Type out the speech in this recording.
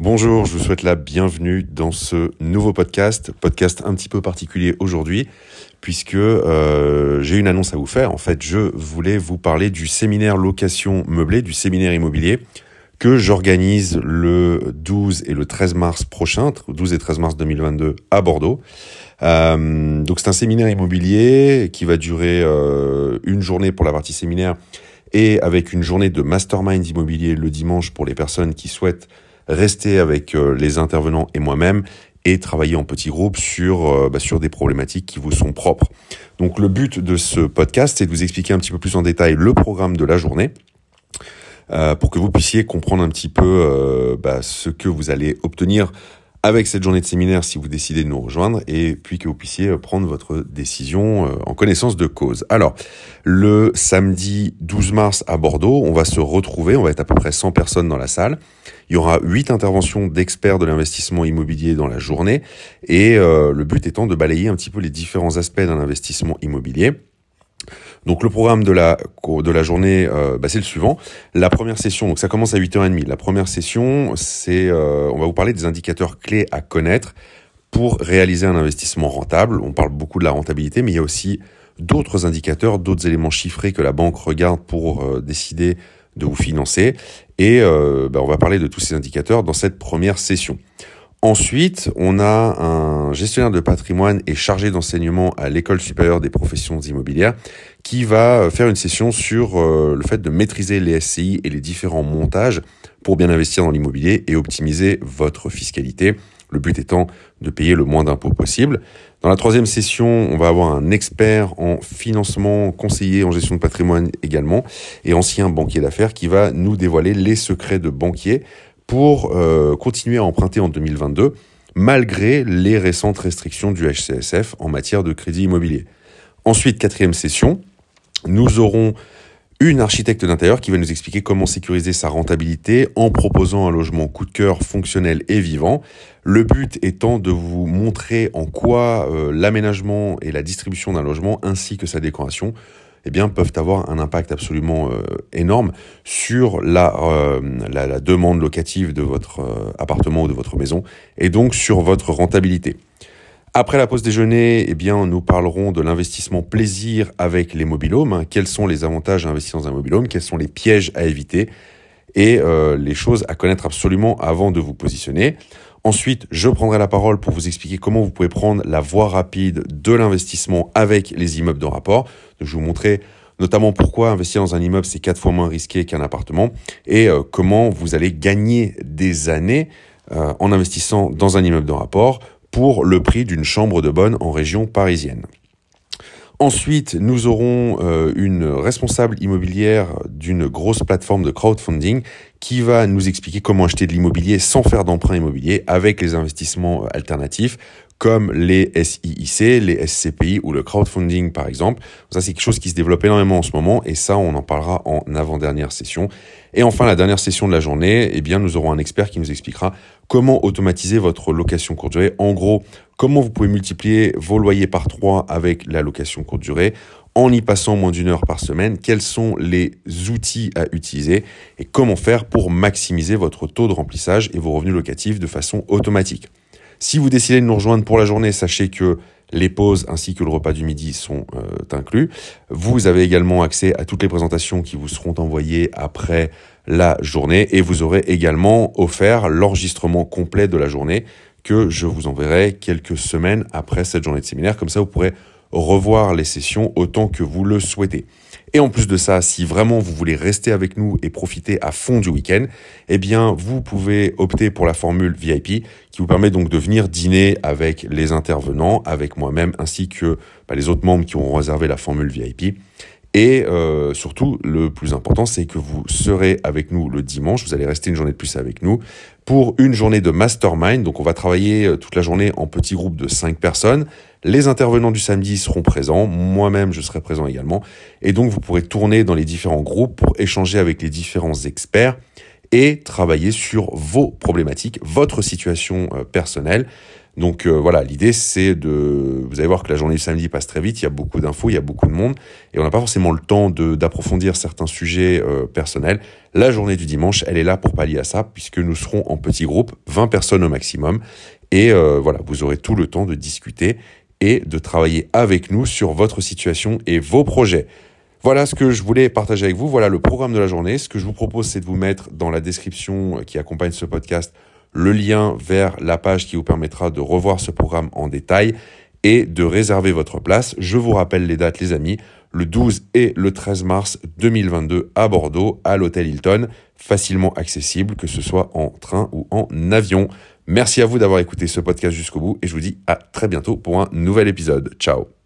Bonjour, je vous souhaite la bienvenue dans ce nouveau podcast un petit peu particulier aujourd'hui, puisque j'ai une annonce à vous faire. En fait, je voulais vous parler du séminaire location meublée, du séminaire immobilier, que j'organise le 12 et le 13 mars prochain, 12 et 13 mars 2022 à Bordeaux. Donc c'est un séminaire immobilier qui va durer une journée pour la partie séminaire et avec une journée de mastermind immobilier le dimanche pour les personnes qui souhaitent rester avec les intervenants et moi-même et travailler en petits groupes sur des problématiques qui vous sont propres. Donc le but de ce podcast, c'est de vous expliquer un petit peu plus en détail le programme de la journée pour que vous puissiez comprendre un petit peu ce que vous allez obtenir avec cette journée de séminaire si vous décidez de nous rejoindre et puis que vous puissiez prendre votre décision en connaissance de cause. Alors, le samedi 12 mars à Bordeaux, on va se retrouver, on va être à peu près 100 personnes dans la salle. Il y aura 8 interventions d'experts de l'investissement immobilier dans la journée et le but étant de balayer un petit peu les différents aspects d'un investissement immobilier. Donc le programme de la journée, c'est le suivant. La première session, donc ça commence à 8h30. La première session, c'est on va vous parler des indicateurs clés à connaître pour réaliser un investissement rentable. On parle beaucoup de la rentabilité, mais il y a aussi d'autres indicateurs, d'autres éléments chiffrés que la banque regarde pour décider de vous financer. Et on va parler de tous ces indicateurs dans cette première session. Ensuite, on a un gestionnaire de patrimoine et chargé d'enseignement à l'École supérieure des professions immobilières qui va faire une session sur le fait de maîtriser les SCI et les différents montages pour bien investir dans l'immobilier et optimiser votre fiscalité. Le but étant de payer le moins d'impôts possible. Dans la troisième session, on va avoir un expert en financement, conseiller en gestion de patrimoine également, et ancien banquier d'affaires qui va nous dévoiler les secrets de banquier pour continuer à emprunter en 2022, malgré les récentes restrictions du HCSF en matière de crédit immobilier. Ensuite, quatrième session, nous aurons une architecte d'intérieur qui va nous expliquer comment sécuriser sa rentabilité en proposant un logement coup de cœur, fonctionnel et vivant. Le but étant de vous montrer en quoi l'aménagement et la distribution d'un logement ainsi que sa décoration peuvent avoir un impact absolument énorme sur la demande locative de votre appartement ou de votre maison et donc sur votre rentabilité. Après la pause déjeuner, nous parlerons de l'investissement plaisir avec les mobil-homes. Quels sont les avantages à investir dans un mobil-home? Quels sont les pièges à éviter? Et les choses à connaître absolument avant de vous positionner. Ensuite, je prendrai la parole pour vous expliquer comment vous pouvez prendre la voie rapide de l'investissement avec les immeubles de rapport. Donc, je vais vous montrer notamment pourquoi investir dans un immeuble, c'est 4 fois moins risqué qu'un appartement et comment vous allez gagner des années en investissant dans un immeuble de rapport pour le prix d'une chambre de bonne en région parisienne. Ensuite, nous aurons une responsable immobilière d'une grosse plateforme de crowdfunding qui va nous expliquer comment acheter de l'immobilier sans faire d'emprunt immobilier avec les investissements alternatifs comme les SIIC, les SCPI ou le crowdfunding par exemple. Ça, c'est quelque chose qui se développe énormément en ce moment et ça, on en parlera en avant-dernière session. Et enfin, la dernière session de la journée, nous aurons un expert qui nous expliquera comment automatiser votre location courte durée. En gros, comment vous pouvez multiplier vos loyers par 3 avec la location courte durée en y passant moins d'1 heure par semaine. Quels sont les outils à utiliser et comment faire pour maximiser votre taux de remplissage et vos revenus locatifs de façon automatique. Si vous décidez de nous rejoindre pour la journée, sachez que les pauses ainsi que le repas du midi sont inclus. Vous avez également accès à toutes les présentations qui vous seront envoyées après la journée et vous aurez également offert l'enregistrement complet de la journée que je vous enverrai quelques semaines après cette journée de séminaire. Comme ça, vous pourrez revoir les sessions autant que vous le souhaitez. Et en plus de ça, si vraiment vous voulez rester avec nous et profiter à fond du week-end, vous pouvez opter pour la formule VIP qui vous permet donc de venir dîner avec les intervenants, avec moi-même, ainsi que les autres membres qui ont réservé la formule VIP. Et surtout, le plus important, c'est que vous serez avec nous le dimanche. Vous allez rester une journée de plus avec nous pour une journée de mastermind. Donc, on va travailler toute la journée en petits groupes de 5 personnes. Les intervenants du samedi seront présents. Moi-même, je serai présent également. Et donc, vous pourrez tourner dans les différents groupes pour échanger avec les différents experts et travailler sur vos problématiques, votre situation personnelle, Donc voilà, l'idée c'est vous allez voir que la journée du samedi passe très vite, il y a beaucoup d'infos, il y a beaucoup de monde, et on n'a pas forcément le temps d'approfondir certains sujets personnels. La journée du dimanche, elle est là pour pallier à ça, puisque nous serons en petits groupes, 20 personnes au maximum, et voilà, vous aurez tout le temps de discuter et de travailler avec nous sur votre situation et vos projets. Voilà ce que je voulais partager avec vous, voilà le programme de la journée. Ce que je vous propose, c'est de vous mettre dans la description qui accompagne ce podcast le lien vers la page qui vous permettra de revoir ce programme en détail et de réserver votre place. Je vous rappelle les dates, les amis, le 12 et le 13 mars 2022 à Bordeaux, à l'hôtel Hilton, facilement accessible, que ce soit en train ou en avion. Merci à vous d'avoir écouté ce podcast jusqu'au bout et je vous dis à très bientôt pour un nouvel épisode. Ciao.